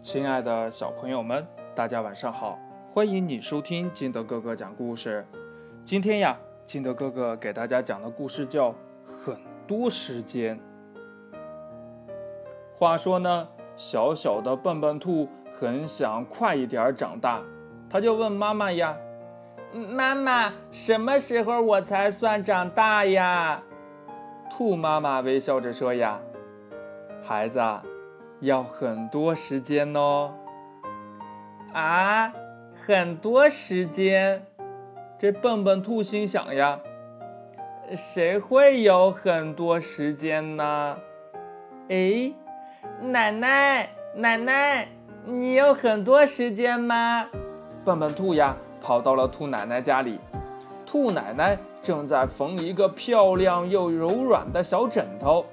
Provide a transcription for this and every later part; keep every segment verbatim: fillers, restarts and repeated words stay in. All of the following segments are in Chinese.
亲爱的小朋友们，大家晚上好！欢迎你收听金德哥哥讲故事。今天呀，金德哥哥给大家讲的故事叫《很多时间》。话说呢，小小的笨笨兔很想快一点长大，他就问妈妈呀：“ 妈妈，什么时候我才算长大呀？” 兔妈妈微笑着说呀：“孩子啊，要很多时间哦。” 啊，很多时间？ 这笨笨兔心想呀， 谁会有很多时间呢？诶，奶奶，奶奶，你有很多时间吗？ 笨笨兔呀，跑到了兔奶奶家里。兔奶奶正在缝一个漂亮又柔软的小枕头。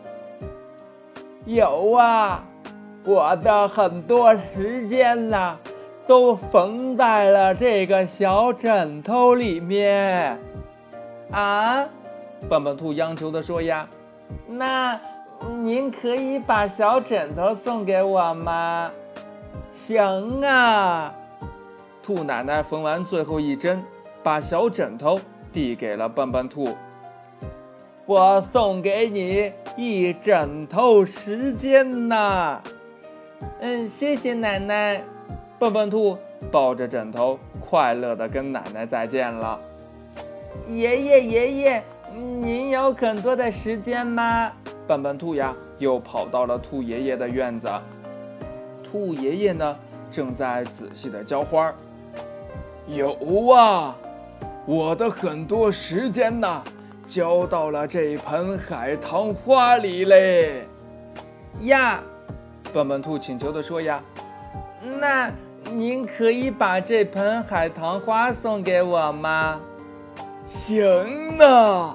有啊，我的很多时间呢，都缝在了这个小枕头里面。啊， 笨笨兔央求地说呀， 那您可以把小枕头送给我吗？行啊。 兔奶奶缝完最后一针，把小枕头递给了笨笨兔。 我送给你一枕头时间呐。嗯，谢谢奶奶。 笨笨兔抱着枕头，快乐地跟奶奶再见了。 爷爷爷爷，您有很多的时间吗？ 笨笨兔呀，又跑到了兔爷爷的院子。兔爷爷呢，正在仔细地浇花。有啊，我的很多时间呢，浇到了这盆海棠花里嘞。 呀， 笨笨兔请求地说呀， 那您可以把这盆海棠花送给我吗？ 行呢。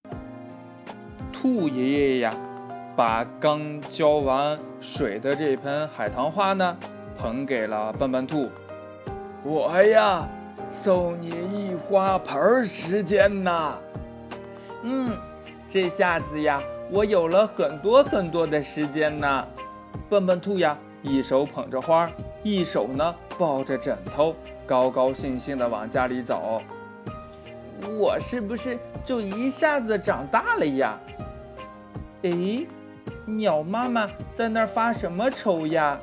兔爷爷呀，把刚浇完水的这盆海棠花呢，捧给了笨笨兔。我呀，送你一花盆时间呢。 嗯，这下子呀，我有了很多很多的时间呢。 笨笨兔呀，一手捧着花，一手呢抱着枕头，高高兴兴地往家里走。 我是不是就一下子长大了呀？诶，鸟妈妈在那儿发什么愁呀？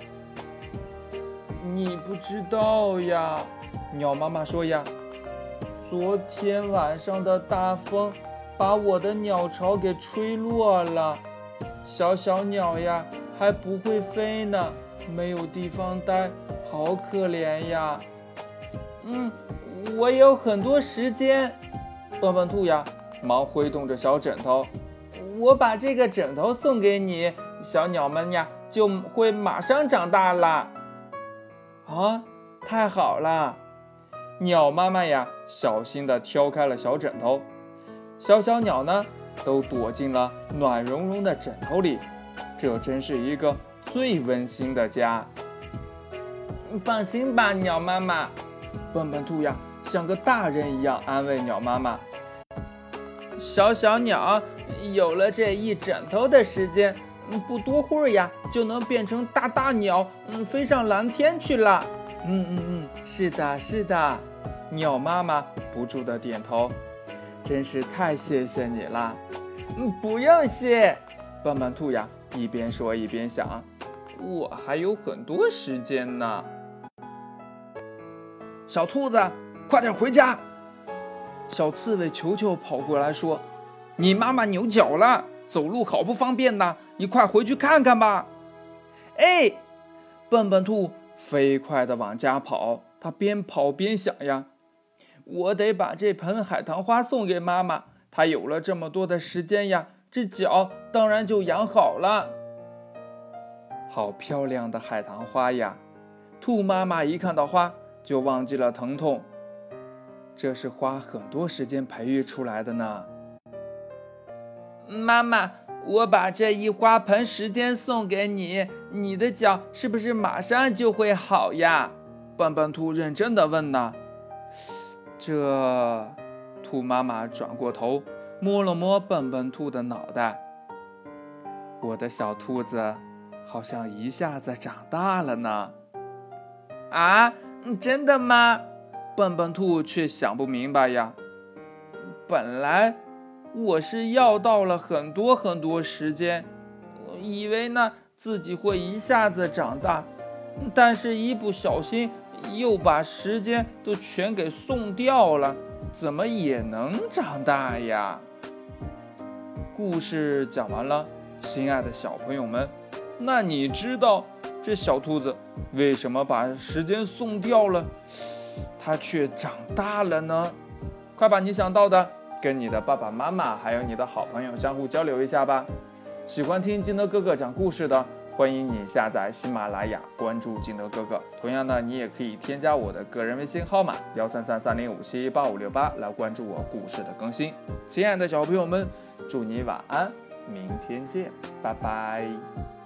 你不知道呀，鸟妈妈说呀， 昨天晚上的大风把我的鸟巢给吹落了，小小鸟呀还不会飞呢，没有地方待，好可怜呀。嗯，我有很多时间。 笨笨兔呀，忙挥动着小枕头。 我把这个枕头送给你，小鸟们呀就会马上长大了。 啊，太好了！鸟妈妈呀，小心地挑开了小枕头，小小鸟呢，都躲进了暖融融的枕头里。这真是一个最温馨的家。 放心吧，鸟妈妈。 笨笨兔呀，像个大人一样安慰鸟妈妈。 小小鸟有了这一枕头的时间，不多会儿呀，就能变成大大鸟，嗯，飞上蓝天去了。 嗯嗯嗯，是的，是的。鸟妈妈不住地点头。真是太谢谢你了。 嗯，不用谢。 笨笨兔呀，一边说一边想，我还有很多时间呢。小兔子，快点回家！小刺猬球球跑过来说：“你妈妈扭脚了，走路好不方便呐，你快回去看看吧。” 哎， 笨笨兔飞快地往家跑，它边跑边想呀， 我得把这盆海棠花送给妈妈，她有了这么多的时间呀，这脚当然就养好了。 好漂亮的海棠花呀！兔妈妈一看到花就忘记了疼痛，这是花很多时间培育出来的呢。 妈妈，我把这一花盆时间送给你，你的脚是不是马上就会好呀？ 笨笨兔认真地问呢。这，兔妈妈转过头摸了摸笨笨兔的脑袋。我的小兔子， 好像一下子长大了呢。 啊，真的吗？笨笨兔却想不明白呀。本来我是要到了很多很多时间，以为呢自己会一下子长大，但是一不小心又把时间都全给送掉了，怎么也能长大呀？故事讲完了，亲爱的小朋友们，那你知道这小兔子为什么把时间送掉了，它却长大了呢？快把你想到的跟你的爸爸妈妈还有你的好朋友相互交流一下吧。喜欢听金德哥哥讲故事的，欢迎你下载喜马拉雅，关注金德哥哥。同样呢，你也可以添加我的个人微信号码幺三三三零五七八五六八来关注我故事的更新。亲爱的小朋友们，祝你晚安，明天见，拜拜。